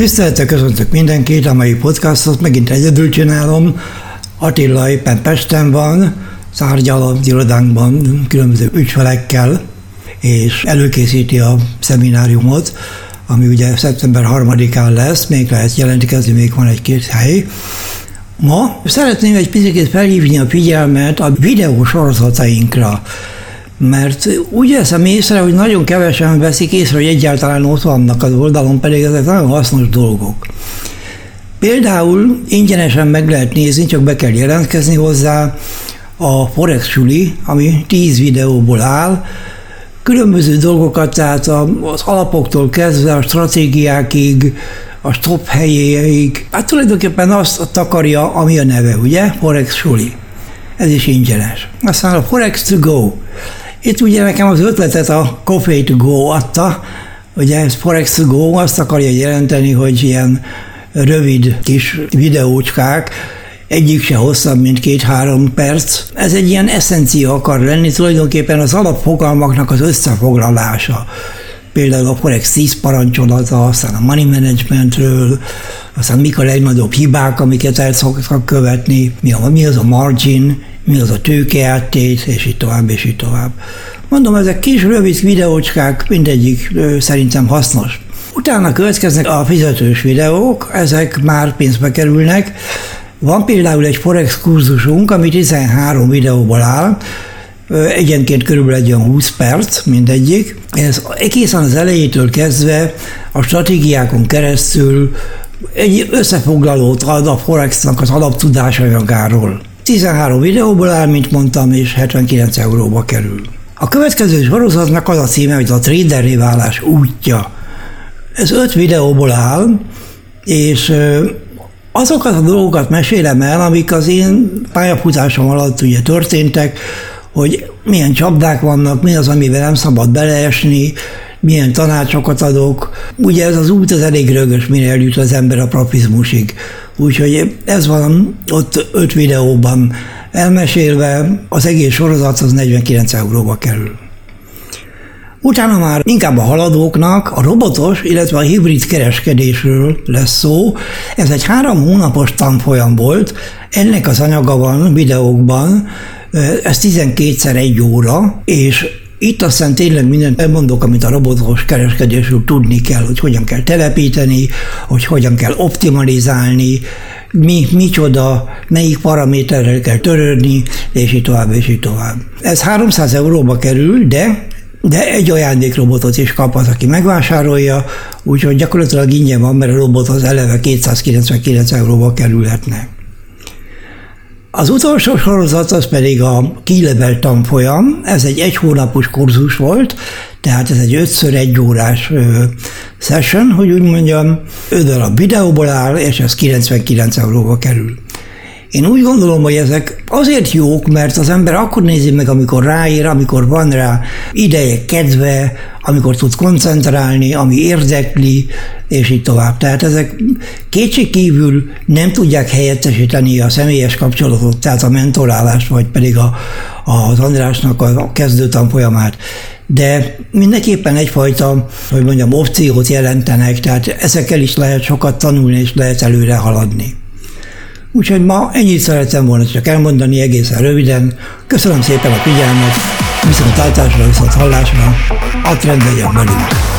Tisztelettel köszöntök mindenkit, a mai podcastot megint egyedül csinálom. Attila éppen Pesten van, tárgyal az irodánkban különböző ügyfelekkel, és előkészíti a szemináriumot, ami ugye szeptember 3-án lesz, még lehet jelentkezni, még van egy-két hely. Ma szeretném egy picit felhívni a figyelmet a videó sorozatainkra, mert úgy veszem észre, hogy nagyon kevesen veszik észre, hogy egyáltalán ott vannak az oldalon, pedig ezek nagyon hasznos dolgok. Például ingyenesen meg lehet nézni, csak be kell jelentkezni hozzá, a Forex Suli, ami 10 videóból áll, különböző dolgokat, tehát az alapoktól kezdve a stratégiákig, a stop helyéig, hát tulajdonképpen azt takarja, ami a neve, ugye? Forex Suli. Ez is ingyenes. Aztán a Forex to go. Itt ugye nekem az ötletet a Coffee to go adta, ugye ez Forex to go azt akarja jelenteni, hogy ilyen rövid kis videócskák, egyik se hosszabb, mint 2-3 perc. Ez egy ilyen eszencia akar lenni, tulajdonképpen az alapfogalmaknak az összefoglalása. Például a Forex 10 parancsolata, aztán a money managementről, aztán mik a legnagyobb hibák, amiket el szoktak követni, mi az a margin, mi az a tőkeáttét, és így tovább, és így tovább. Mondom, ezek kis, rövid videócskák, mindegyik szerintem hasznos. Utána következnek a fizetős videók, ezek már pénzbe kerülnek. Van például egy Forex kurzusunk, ami 13 videóból áll, egyenként körülbelül egy olyan 20 perc mindegyik. Ez egészen az elejétől kezdve a stratégiákon keresztül egy összefoglalót ad a Forexnak az alaptudásanyagáról. 13 videóból áll, mint mondtam, és 79 euróba kerül. A következő sorozatnak az a címe, hogy a traderré válás útja. Ez 5 videóból áll, és azokat a dolgokat mesélem el, amik az én pályafutásom alatt ugye történtek, hogy milyen csapdák vannak, mi az, amivel nem szabad beleesni, milyen tanácsokat adok. Ugye ez az út az elég rögös, mire eljut az ember a profizmusig. Úgyhogy ez van ott 5 videóban elmesélve, az egész sorozat az 49 euróba kerül. Utána már inkább a haladóknak a robotos, illetve a hibrid kereskedésről lesz szó. Ez egy 3 hónapos tanfolyam volt, ennek az anyaga van videókban, ez 12x1 óra, és itt aztán tényleg mindent elmondok, amit a robotos kereskedésről tudni kell, hogy hogyan kell telepíteni, hogy hogyan kell optimalizálni, micsoda, melyik paraméterrel kell törődni, és így tovább, és így tovább. Ez 300 euróba kerül, de egy ajándékrobotot is kap az, aki megvásárolja, úgyhogy gyakorlatilag ingyen van, mert a robot az eleve 299 euróba kerülhetne. Az utolsó sorozat az pedig a Key-level tanfolyam, ez egy 1 hónapos kurzus volt, tehát ez egy 5x1 órás session, hogy úgy mondjam, 5 darab videóból áll, és ez 99 euróba kerül. Én úgy gondolom, hogy ezek azért jók, mert az ember akkor nézi meg, amikor ráér, amikor van rá ideje, kedve, amikor tud koncentrálni, ami érdekli, és így tovább. Tehát ezek kétségkívül nem tudják helyettesíteni a személyes kapcsolatot, tehát a mentorálást, vagy pedig az Andrásnak a kezdő tanfolyamát. De mindenképpen egyfajta, hogy mondjam, opciót jelentenek, tehát ezekkel is lehet sokat tanulni, és lehet előre haladni. Úgyhogy ma ennyit szerettem volna csak elmondani egészen röviden. Köszönöm szépen a figyelmet, viszont látásra, viszont hallásra, a trend legyen velünk.